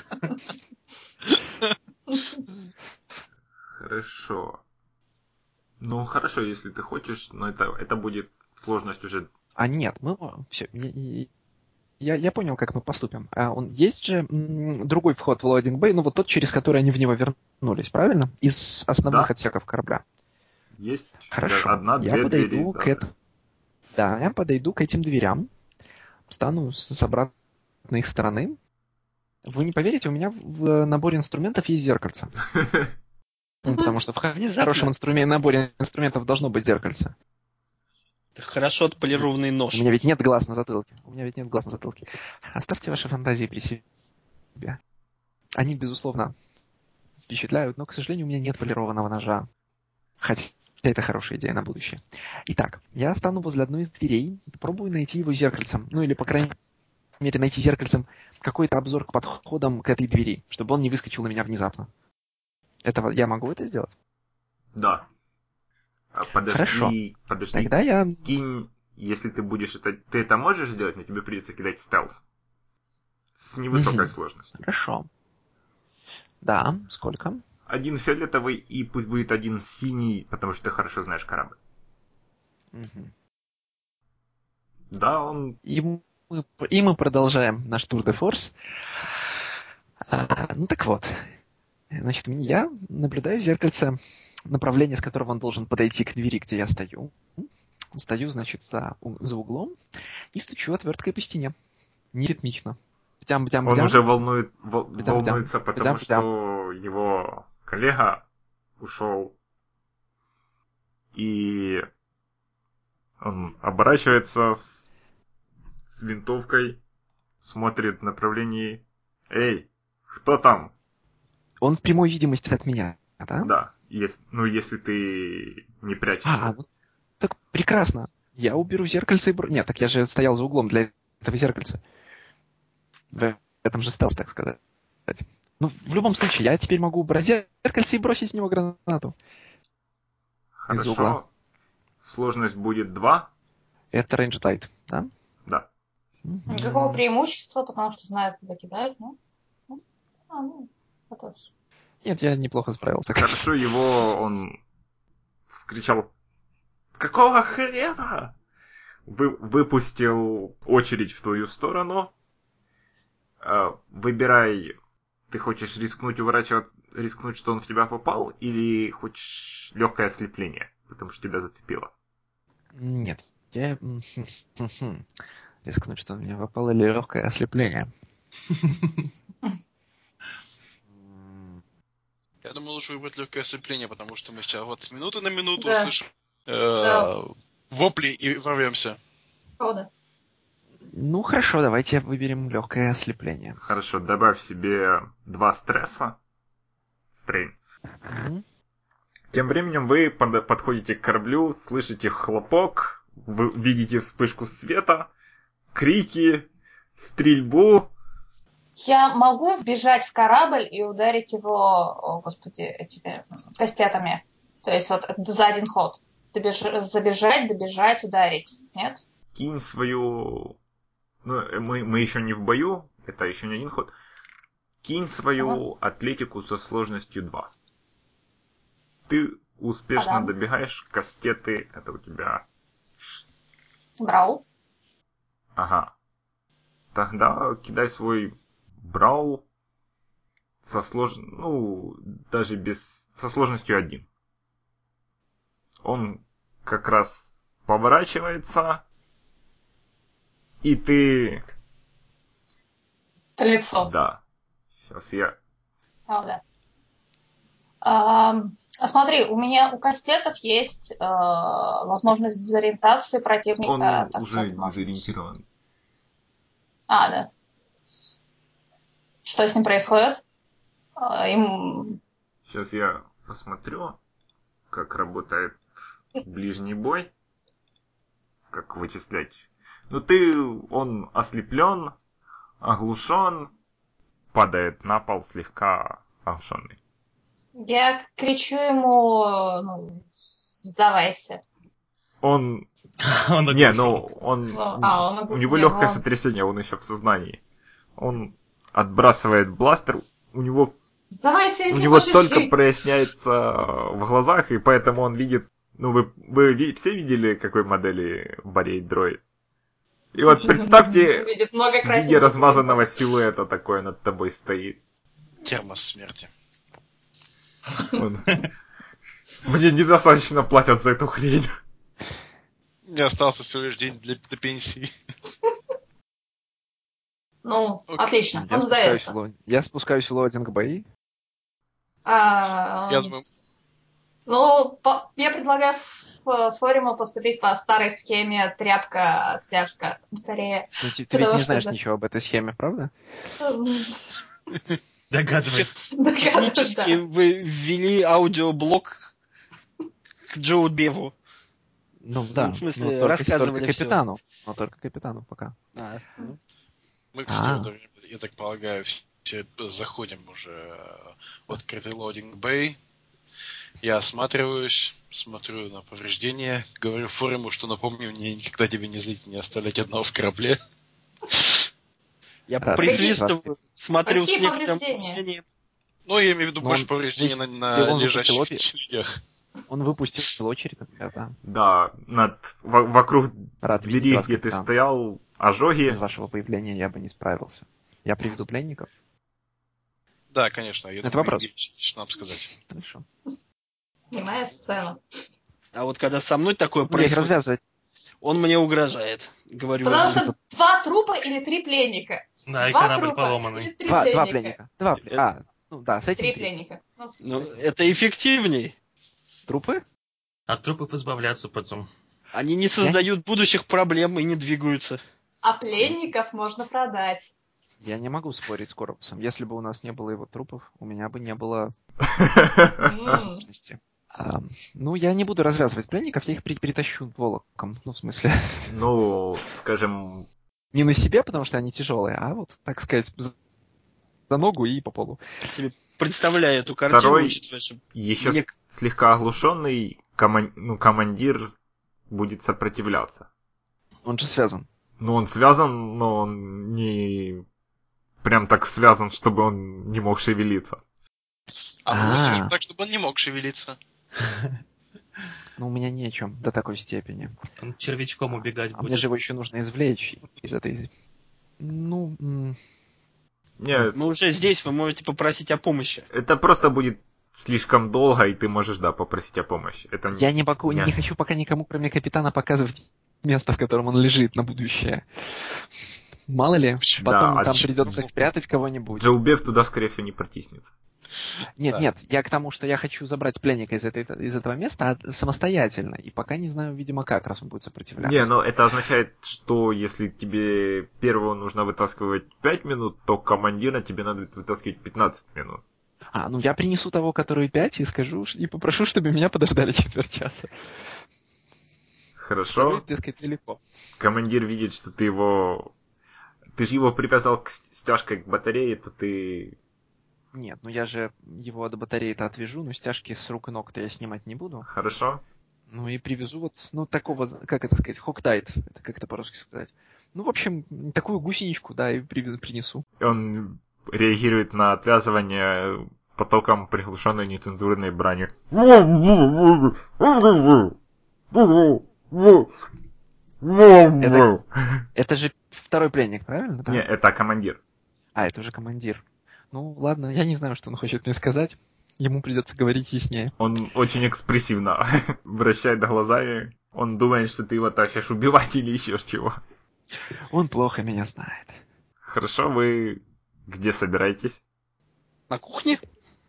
Хорошо. Ну, хорошо, если ты хочешь, но это будет сложность уже... А нет, мы... Все, Я понял, как мы поступим. Есть же другой вход в лоадинг бэй, ну вот тот, через который они в него вернулись, правильно? Из основных Да. отсеков корабля. Есть Хорошо. одна-две Я подойду двери к даже. Да, я подойду к этим дверям, встану с обратной их стороны. Вы не поверите, у меня в наборе инструментов есть зеркальце. Потому что в хорошем наборе инструментов должно быть зеркальце. Хорошо отполированный нож. У меня ведь нет глаз на затылке. Оставьте ваши фантазии при себе. Они, безусловно, впечатляют, но, к сожалению, у меня нет полированного ножа. Хотя это хорошая идея на будущее. Итак, я стану возле одной из дверей и попробую найти его зеркальцем. Ну или, по крайней мере, найти зеркальцем какой-то обзор к подходам к этой двери, чтобы он не выскочил на меня внезапно. Я могу это сделать? Да. Хорошо. Подожди. Тогда я... Кинь, если ты будешь это... Ты это можешь сделать, но тебе придется кидать стелс. С невысокой сложностью. Хорошо. Да, сколько? 1 фиолетовый и пусть будет 1 синий, потому что ты хорошо знаешь корабль. Да, он... И мы продолжаем наш тур де форс. Ну так вот. Значит, я наблюдаю в зеркальце направление, с которого он должен подойти к двери, где я стою. Стою, значит, за углом и стучу отверткой по стене. Неритмично. Он уже Бдям-бдям. волнуется, потому Бдям-бдям. что его коллега ушел. И он оборачивается с винтовкой, смотрит в направлении. Эй, кто там? Он в прямой видимости от меня, да? Да, если ты не прячешься. Ну так прекрасно. Я уберу зеркальце и... Нет, так я же стоял за углом для этого зеркальца. В этом же стелс, так сказать. Ну, в любом случае, я теперь могу убрать зеркальце и бросить в него гранату. Из угла. Хорошо. Сложность будет 2. Это range tight, да? Да. Никакого преимущества, потому что знают, куда кидают, ну. Это все. Нет, я неплохо справился. Хорошо он вскричал: «Какого хрена?» Выпустил очередь в твою сторону. Выбирай, ты хочешь рискнуть уворачиваться, рискнуть, что он в тебя попал, или хочешь легкое ослепление, потому что тебя зацепило. Нет, я... Рискнуть, что он в меня попал, или легкое ослепление. Я думаю, лучше выбрать легкое ослепление, потому что мы сейчас вот с минуты на минуту Да. услышим Да. вопли и ворвемся. Правда. Ну, хорошо, давайте выберем легкое ослепление. Хорошо, добавь себе 2 стресса. Стрейн. Тем временем вы подходите к кораблю, слышите хлопок, вы видите вспышку света, крики, стрельбу. Я могу вбежать в корабль и ударить его, этими кастетами. То есть вот за один ход. Забежать, добежать, ударить. Нет? Кинь свою... Ну, мы еще не в бою, это еще не один ход. Кинь свою атлетику со сложностью 2. Ты успешно добегаешь, кастеты, это у тебя... Брал. Ага. Тогда кидай свой браул со даже без... со сложностью 1. Он как раз поворачивается, и ты... Лицо. Да. Сейчас я... Да. Смотри, у кастетов есть возможность дезориентации противника. Он уже дезориентирован. Да. Что с ним происходит? Сейчас я посмотрю, как работает ближний бой. Как вычислять. Он ослеплен, оглушен, падает на пол слегка оглушенный. Я кричу ему, сдавайся. Он... Он Не, оглушен. у него легкое сотрясение, он еще в сознании. Он отбрасывает бластер, у него Сдавайся, если у него хочешь столько жить. проясняется в глазах, и поэтому он видит... Ну, вы все видели, какой модели болеет дроид? И вот представьте, Видит много в виде красивых размазанного моментов. силуэта такое над тобой стоит. Термос смерти. Он- Мне недостаточно платят за эту хрень. Мне остался всего лишь день до пенсии. Ну, Окей. отлично, Я он спускаюсь, сдается. я спускаюсь в лоадинг-бои. Я думаю, Ну, я предлагаю Фориму поступить по старой схеме тряпка, стяжка, батарея. Ну, ты ведь Потому не что знаешь да. ничего об этой схеме, правда? Догадывается. Догадываюсь, Технически да. вы ввели аудиоблок к Джоу Беву. Ну Ну, да, в смысле, но только рассказывали всё. капитану. Но только капитану пока. мы, кстати, А. в это время, я так полагаю, все заходим уже в открытый лоадинг бэй. Я осматриваюсь, смотрю на повреждения, говорю Фориму, что напомню мне никогда тебя не злить и не оставлять одного в корабле. Я Рад присвистываю, видеть смотрю Какие с некоторым повреждения? уважением. Ну, я имею в виду Но больше он повреждений на он лежащих выпустил людях. Он выпустил очередь, например, да. Да, вокруг Рад видеть двери, вас, где ты капитан. стоял, ожоги. Без вашего появления я бы не справился. Я приведу пленников. Да, конечно, я Это думаю, вопрос. есть что нам сказать. Хорошо. Снимая сцену. А вот когда со мной такое Ну, я их происходит, развязывать. он мне угрожает. Говорю, Потому ему. что 2 трупа или 3 пленника? Да, и 2 корабль трупа поломанный. или 3 Два пленника? пленника. Ну да, с этим 3 3. пленника. Ну, Ну, с этим. это эффективней. Трупы? От трупов избавляться потом. Они не создают будущих проблем и не двигаются. А пленников можно продать. Я не могу спорить с Корпусом. Если бы у нас не было его трупов, у меня бы не было возможности. Ну, я не буду развязывать пленников, я их притащу волоком. Ну, в смысле, Ну, скажем, не на себе, потому что они тяжелые, а вот, так сказать, за ногу и по полу. Я себе представляю эту картину, Второй, учитывая, что еще мне слегка оглушенный командир будет сопротивляться. Он же связан. Ну, он связан, но он не прям так связан, чтобы он не мог шевелиться. А мы его А. свяжем так, чтобы он не мог шевелиться. Ну, у меня не о чем до такой степени. Он червячком убегать А мне будет. же его еще нужно извлечь из этой... Ну, Нет, мы уже здесь, вы можете попросить о помощи. это просто будет слишком долго, и ты можешь, да, попросить о помощи. Это я не хочу пока никому, кроме капитана, показывать место, в котором он лежит на будущее. Мало ли, потом Да, там придется прятать кого-нибудь. Джоубев туда, скорее всего, не протиснется. Нет, я к тому, что я хочу забрать пленника из этого места самостоятельно. И пока не знаю, видимо, как, раз он будет сопротивляться. Не, но это означает, что если тебе первого нужно вытаскивать 5 минут, то командира тебе надо вытаскивать 15 минут. Ну я принесу того, который 5, и скажу, и попрошу, чтобы меня подождали четверть часа. Хорошо. Второй, дескать, далеко. Командир видит, что ты же его привязал к стяжкой к батарее, то ты... Нет, я же его от батареи-то отвяжу, но стяжки с рук и ног-то я снимать не буду. Хорошо. Ну и привезу такого, как это сказать, хоктайт, это как это по-русски сказать. Ну, в общем, такую гусеничку, да, и принесу. Он реагирует на отвязывание потоком приглушенной нецензурной брани. Это же второй пленник, правильно? Да? Не, это командир. Это уже командир. Ну, ладно, я не знаю, что он хочет мне сказать. Ему придется говорить яснее. Он очень экспрессивно вращает глазами. Он думает, что ты его тащишь убивать или еще чего. Он плохо меня знает. Хорошо, вы где собираетесь? На кухне?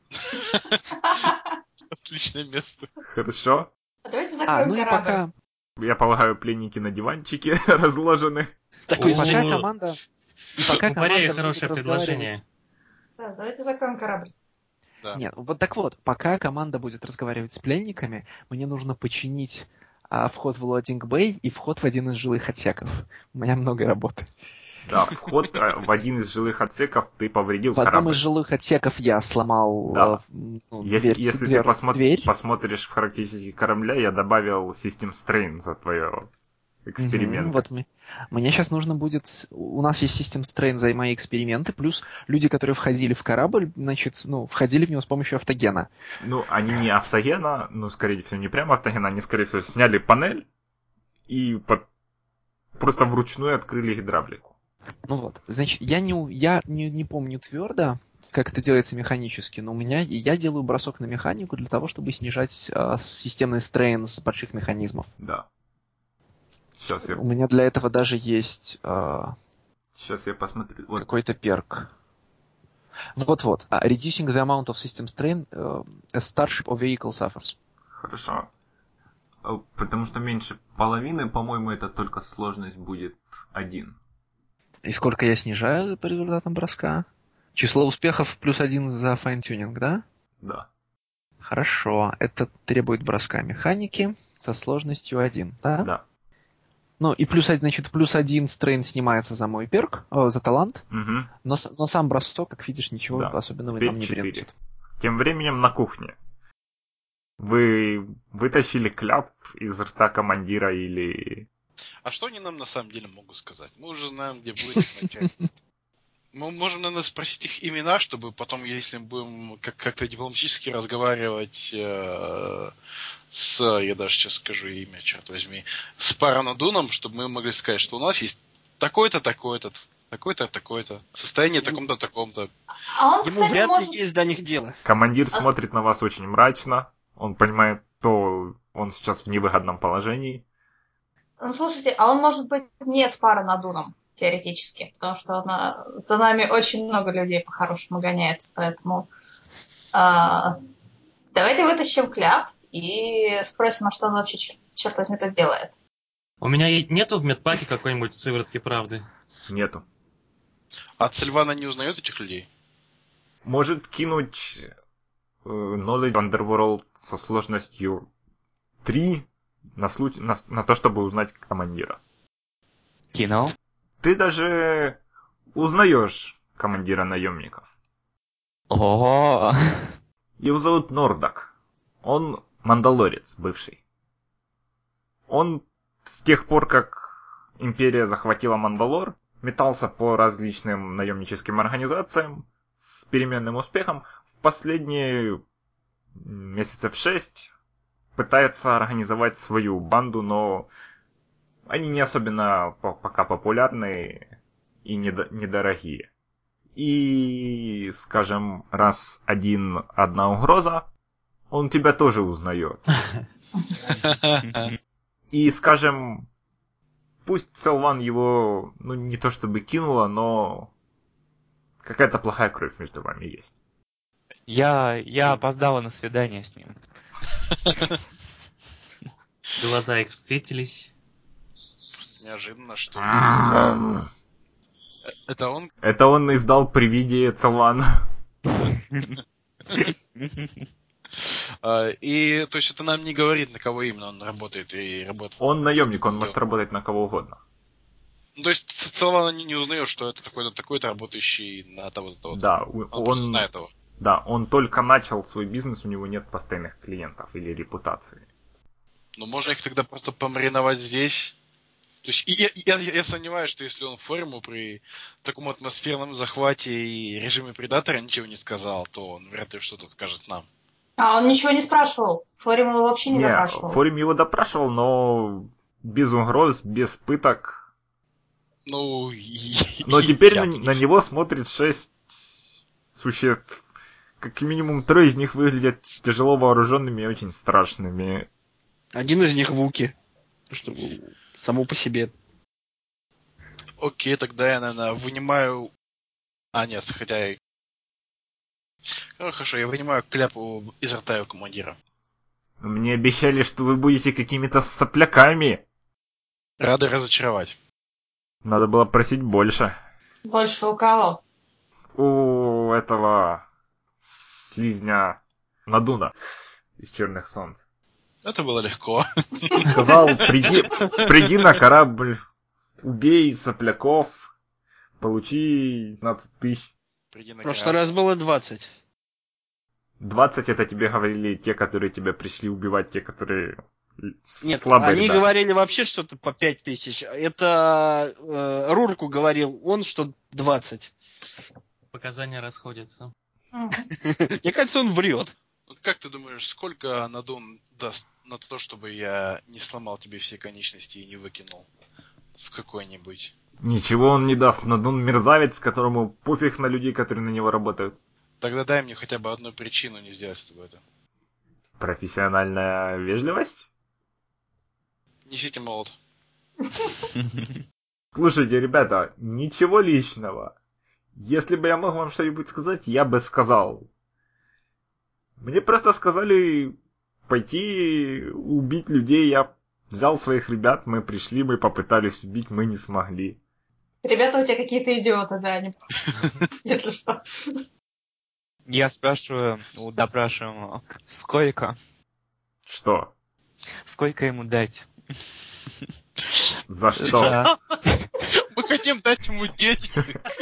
Отличное место. Хорошо. А давайте закроем и корабль. пока... Я полагаю, пленники на диванчике разложены. Такой И пока джин. команда... И пока У Марии команда хорошее будет предложение. Да, давайте закроем корабль. Да. Нет, вот, пока команда будет разговаривать с пленниками, мне нужно починить вход в Лоадинг Бэй и вход в один из жилых отсеков. У меня много работы. Да, вход в один из жилых отсеков ты повредил В одном корабль. из жилых отсеков я сломал Да. дверь. Если ты посмотришь в характеристики корабля, я добавил System Strain за твое эксперимент. Вот мне сейчас нужно будет... У нас есть System Strain за мои эксперименты, плюс люди, которые входили в корабль, входили в него с помощью автогена. Ну, они не автогена, скорее всего, не прямо автогена, они, скорее всего, сняли панель и просто вручную открыли гидравлику. Ну вот, значит, я не помню твердо, как это делается механически, но я делаю бросок на механику для того, чтобы снижать системный стрейн с больших механизмов. Да. Сейчас У меня для этого даже есть я посмотрю. Вот. какой-то перк. Вот-вот. Reducing the amount of system strain as starship or vehicle suffers. Хорошо. Потому что меньше половины, по-моему, это только сложность будет 1. И сколько я снижаю по результатам броска? Число успехов +1 за файн-тюнинг, да? Да. Хорошо. Это требует броска механики со сложностью 1, да? Да. Ну и +1 стрейн снимается за мой перк, за талант, Угу. но сам бросок, как видишь, ничего Да. особенного Теперь нам не 4. приносит. Тем временем на кухне. Вы вытащили кляп из рта командира или... А что они нам на самом деле могут сказать? Мы уже знаем, где будет их начальник. Мы можем, наверное, спросить их имена, чтобы потом, если мы будем как-то дипломатически разговаривать с, я даже сейчас скажу имя, черт возьми, с Паранадуном, чтобы мы могли сказать, что у нас есть такой-то, такой-то, такой-то, такой-то, состояние таком-то, таком-то. А он, Ему кстати, вряд может... ли есть до них дело. Командир смотрит на вас очень мрачно. Он понимает, что он сейчас в невыгодном положении. Ну, слушайте, а он может быть не с Паранадуном, теоретически, потому что за нами очень много людей по-хорошему гоняется, поэтому давайте вытащим кляп и спросим, а что он вообще, черт возьми, тут делает. У меня нету в медпаке какой-нибудь сыворотки правды? Нету. А Сильвана не узнает этих людей? Может кинуть Knowledge Underworld со сложностью 3 на то, чтобы узнать командира. Кинул. Ты даже узнаешь командира наемников. Ого! Его зовут Нордак. Он мандалорец бывший. Он с тех пор, как Империя захватила Мандалор, метался по различным наемническим организациям с переменным успехом. В последние месяцев 6 пытается организовать свою банду, но они не особенно пока популярны и недорогие. И, скажем, раз одна угроза, он тебя тоже узнает. И, скажем, пусть Селван его, не то чтобы кинула, но какая-то плохая кровь между вами есть. Я опоздала на свидание с ним. Глаза их встретились. Неожиданно, что ли? Это он? Это он издал при виде Селван. И, то есть, это нам не говорит, на кого именно он работает и работает. Он наемник, он может работать на кого угодно. Ну, то есть, Селван не узнает, что это такой-то, такой-то, работающий на того-то. Да, Он просто знает его. Да, он только начал свой бизнес, у него нет постоянных клиентов или репутации. Ну, можно их тогда просто помариновать здесь. То есть, я сомневаюсь, что если он Форему при таком атмосферном захвате и режиме предатора ничего не сказал, то он вряд ли что-то скажет нам. А он ничего не спрашивал. Форим его вообще не допрашивал. Форим его допрашивал, но без угроз, без пыток. Ну, Но теперь на него смотрит 6 существ. Как минимум 3 из них выглядят тяжело вооруженными и очень страшными. Один из них Вуки. Что само по себе. Окей, тогда я, наверное, вынимаю... А, нет, хотя... Хорошо, я вынимаю кляпу из рта у командира. Мне обещали, что вы будете какими-то сопляками. Рады разочаровать. Надо было просить больше. Больше у кого? У этого слизня Надуна из Черных Солнц. Это было легко. Сказал, приди на корабль, убей сопляков, получи 15 тысяч. В прошлый раз было 20. 20 это тебе говорили те, которые тебя пришли убивать, те, которые Нет, слабые. они Да. говорили вообще что-то по 5000. Это Рурку говорил он, что 20. Показания расходятся. Мне кажется, он врет. Как ты думаешь, сколько Надун даст на то, чтобы я не сломал тебе все конечности и не выкинул в какой-нибудь. Ничего он не даст. Надун мерзавец, которому пофиг на людей, которые на него работают. Тогда дай мне хотя бы одну причину не сделать с тобой это. Профессиональная вежливость? Несите молот. Слушайте, ребята, ничего личного. Если бы я мог вам что-нибудь сказать, я бы сказал. Мне просто сказали пойти убить людей. Я взял своих ребят, мы пришли, мы попытались убить, мы не смогли. Ребята у тебя какие-то идиоты, да, они... Если что. Я спрашиваю у допрашиваемого, сколько Что? ему дать? За что? Мы хотим дать ему денег.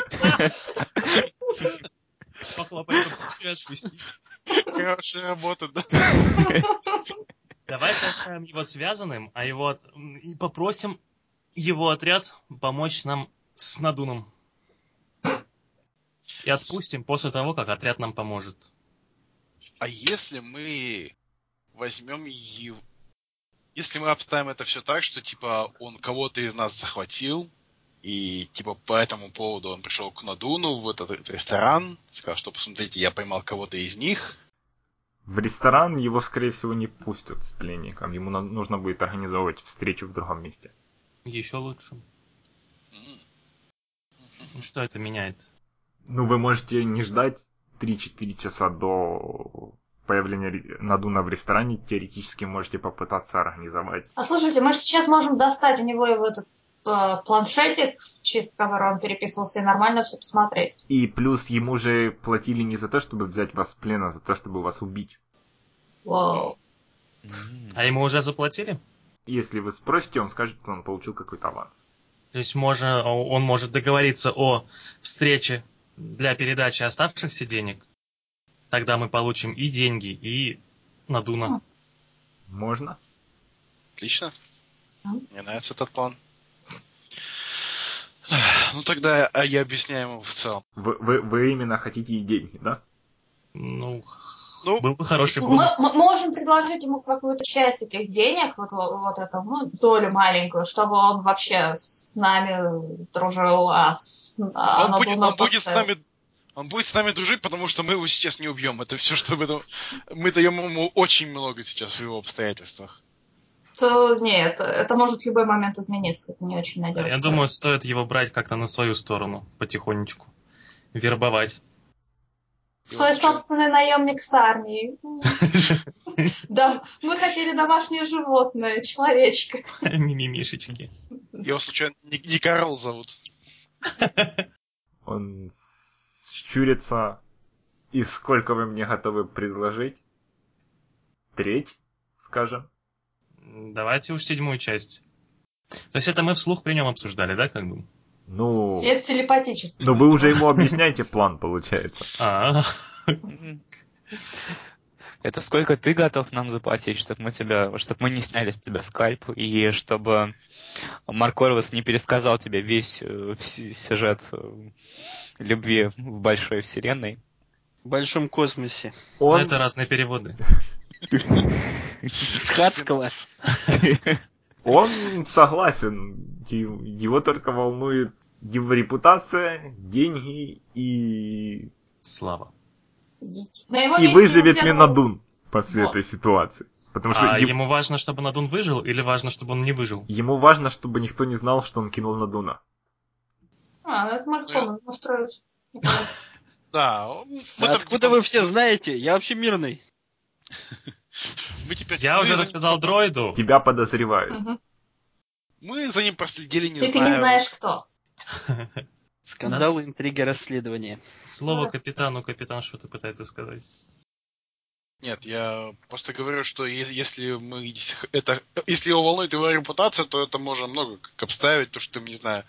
Похлопай по плечу и отпусти. Хорошая работа, да? Давайте оставим его связанным, и попросим его отряд помочь нам с Надуном. И отпустим после того, как отряд нам поможет. А если мы возьмем его... Если мы обставим это все так, что, типа, он кого-то из нас захватил, и, типа, по этому поводу он пришел к Надуну в этот ресторан, сказал, что, посмотрите, я поймал кого-то из них. В ресторан его, скорее всего, не пустят с пленником. Ему нужно будет организовывать встречу в другом месте. Еще лучше. Что это меняет? Ну, вы можете не ждать 3-4 часа до появления Надуна в ресторане. Теоретически можете попытаться организовать. А слушайте, мы же сейчас можем достать у него его этот планшетик, через который он переписывался, и нормально все посмотреть. И плюс ему же платили не за то, чтобы взять вас в плен, а за то, чтобы вас убить. Вау. А ему уже заплатили? Если вы спросите, он скажет, что он получил какой-то аванс. То есть он может договориться о встрече для передачи оставшихся денег. Тогда мы получим и деньги, и Надуна. Можно? Отлично. Мне нравится этот план. Ну тогда я объясняю ему в целом. Вы именно хотите и деньги, да? Ну, Ну, был бы хороший Мы бонус. можем предложить ему какую-то часть этих денег, вот эту, ну, долю маленькую, чтобы он вообще с нами дружил, Он Надуна будет с подставил. нами. Он будет с нами дружить, потому что мы его сейчас не убьем. Это все, что мы даем ему очень много сейчас в его обстоятельствах. То нет, это может в любой момент измениться, это не очень надежно. Я думаю, стоит его брать как-то на свою сторону, потихонечку. Вербовать. Свой собственный наемник с армией. Да, мы хотели домашнее животное, человечка. Мимимишечки. Его случайно не Карл зовут. Он щурится. И сколько вы мне готовы предложить? Треть, скажем. Давайте уж 7-ю часть. То есть это мы вслух при нем обсуждали, да, как бы? Ну... Это телепатически. Но вы уже ему объясняете план, получается. Это сколько ты готов нам заплатить, чтобы мы не сняли с тебя скальп, и чтобы Марк Орвас не пересказал тебе весь сюжет любви в большой вселенной? В большом космосе. Но это разные переводы. С хатского. Он согласен. Его только волнует его репутация, деньги и... Слава. И выживет ли Надун после этой ситуации. Потому что ему важно, чтобы Надун выжил, или важно, чтобы он не выжил? Ему важно, чтобы никто не знал, что он кинул Надуна. Ну это легко можно устроить. Да. Откуда вы все знаете? Я вообще мирный. Я уже рассказал дроиду. Тебя подозревают. Мы за ним проследили, не знаю. Ты не знаешь, кто. Скандалы, интриги, расследования. Слово капитану, капитан что-то пытается сказать. Нет, я просто говорю, что если его волнует его репутация, то это можно много как обставить, то что, не знаю,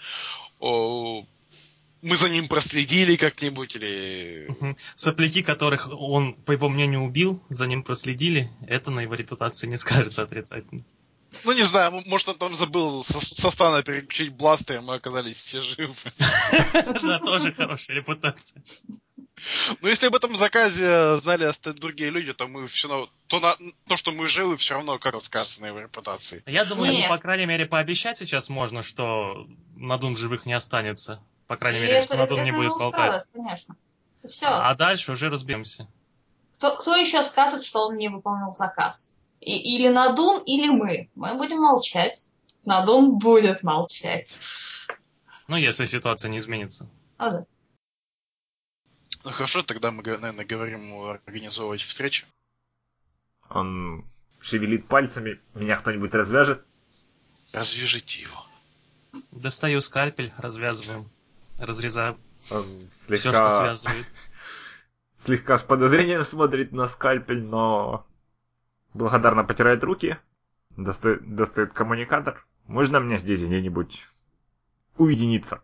мы за ним проследили как-нибудь, или... Сопляки, которых он, по его мнению, убил, за ним проследили, это на его репутации не скажется отрицательно. Ну, не знаю, может, он там забыл со стана переключить бластер, и мы оказались все живы. Да, тоже хорошая репутация. Ну, если об этом заказе знали другие люди, то мы все равно... То, что мы живы, все равно как скажется на его репутации. Я думаю, Не. по крайней мере, пообещать сейчас можно, что Надун живых не останется. По крайней И мере, что Надун это не же будет болтать. устроит, конечно. И все. А дальше уже разберемся. Кто еще скажет, что он не выполнил заказ? Или Надун, или мы. Мы будем молчать. Надун будет молчать. Ну, если ситуация не изменится. А, да. Ну, хорошо, тогда мы, наверное, говорим ему организовывать встречу. Он шевелит пальцами. Меня кто-нибудь развяжет? Развяжите его. Достаю скальпель, развязываю, разрезаю Он все, что связывает. слегка с подозрением смотрит на скальпель, но благодарно потирает руки. Достает коммуникатор. Можно мне здесь где-нибудь уединиться?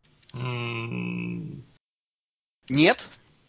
Нет?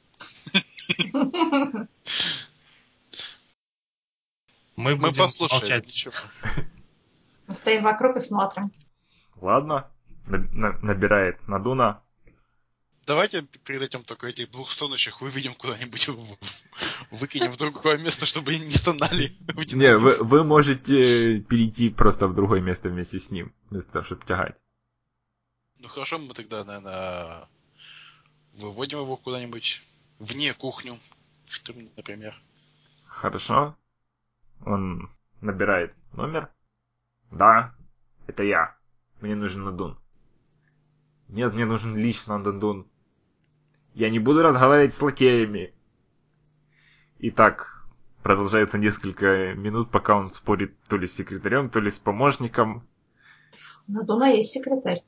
Мы будем послушаем. молчать. Ничего. Мы стоим вокруг и смотрим. Ладно. Набирает Надуна. Давайте перед этим только этих двух стонущих выведем куда-нибудь, выкинем в другое место, чтобы они не стонали. Не, вы можете перейти просто в другое место вместе с ним, вместо того, чтобы тягать. Ну хорошо, мы тогда, наверное, выводим его куда-нибудь вне кухню, например. Хорошо. Он набирает номер. Да, это я. Мне нужен Надун. Нет, мне нужен лично Надун. Я не буду разговаривать с лакеями. И так продолжается несколько минут, пока он спорит то ли с секретарем, то ли с помощником. У Надуна есть секретарь.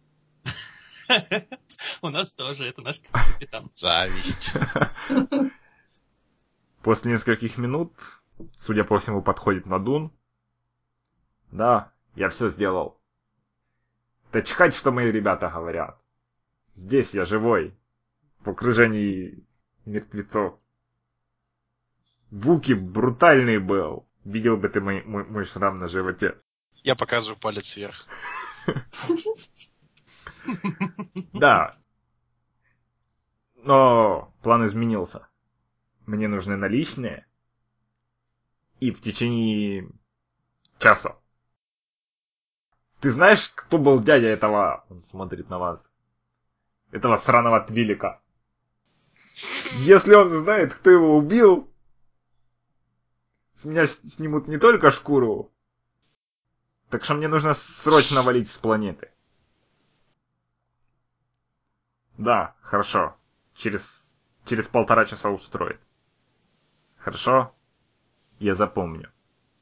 У нас тоже, это наш капитан. Зависть. После нескольких минут, судя по всему, подходит Надун. Да, я все сделал. Да чихать, что мои ребята говорят. Здесь я живой. В окружении мертвецов. Вуки брутальный был. Видел бы ты мой шрам на животе. Я показываю палец вверх. Да. Но план изменился. Мне нужны наличные. И в течение часа. Ты знаешь, кто был дядя этого... Он смотрит на вас. Этого сраного Твилика. Если он знает, кто его убил, с меня снимут не только шкуру. Так что мне нужно срочно валить с планеты. Да, хорошо. Через 1,5 часа устроит. Хорошо? Я запомню.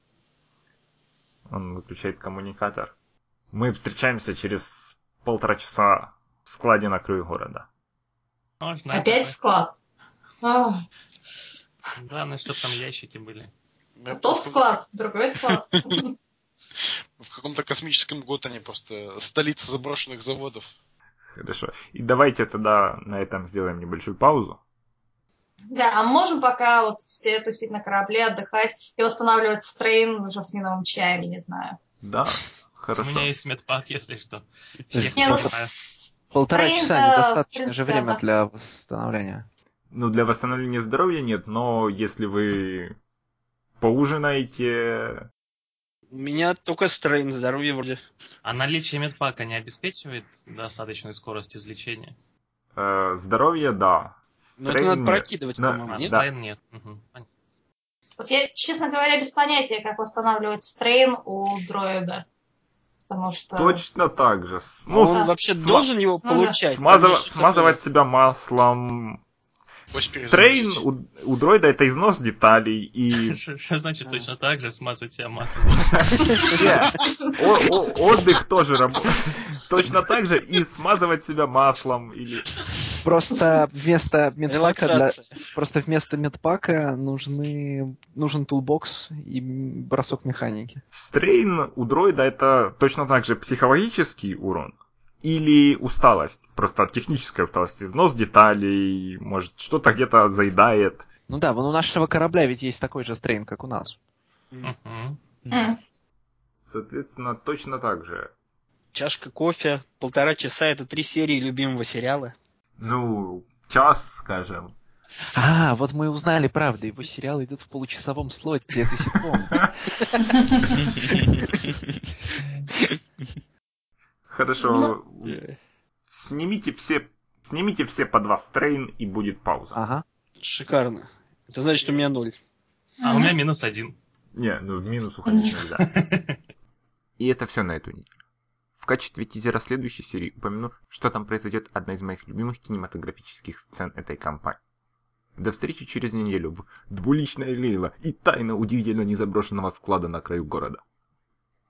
Он выключает коммуникатор. Мы встречаемся через 1,5 часа в складе на краю города. Можно. Опять склад. Ах, Главное, чтобы там ящики были. тот склад, другой склад. В каком-то космическом Готане просто столица заброшенных заводов. Хорошо. И давайте тогда на этом сделаем небольшую паузу. Да, а можем пока вот все тусить на корабле, отдыхать и восстанавливать стрейн жасминовым чаем, я не знаю. Да, У хорошо. меня есть медпак, если что. Всех Не, ну покупаю. Полтора стрейн-то, часа в недостаточное принципе, же время да. для восстановления. Ну, для восстановления здоровья нет, но если вы поужинаете... У меня только стрейн, здоровье вроде. А наличие медпака не обеспечивает достаточную скорость излечения? Здоровье, да. Но это надо Стрейн нет. прокидывать, На- по-моему, А нет? да. стрейн нет. Угу. Вот я, честно говоря, без понятия, как восстанавливать стрейн у дроида. Потому что... Точно так же. А он да. вообще сма- должен его Ну да. получать? Там же что-то смазывать было. себя маслом. Пусть Стрейн перезагрузить. у дроида это износ деталей и... Что значит А. точно так же смазать себя маслом? Отдых тоже работает. Точно так же и смазывать себя маслом или... Просто вместо Релаксация. медпака нужен тулбокс и бросок механики. Стрейн у дроида это точно так же психологический урон или усталость, просто техническая усталость, износ деталей, может что-то где-то заедает. Ну да, вон у нашего корабля ведь есть такой же стрейн, как у нас. Мгм. Соответственно, точно так же. Чашка кофе, 1,5 часа — это 3 серии любимого сериала. Ну, час, скажем. Вот мы узнали правду. Его сериалы идут в получасовом слоте. Это ситком. Хорошо. Снимите все по 2 стрейн, и будет пауза. Ага. Шикарно. Это значит, у меня 0. А у меня -1. Не, ну в минус уходить нельзя. И это все на эту неделю. В качестве тизера следующей серии упомяну, что там произойдет одна из моих любимых кинематографических сцен этой кампании. До встречи через неделю в «Двуличная Лейла» и тайна удивительно незаброшенного склада на краю города.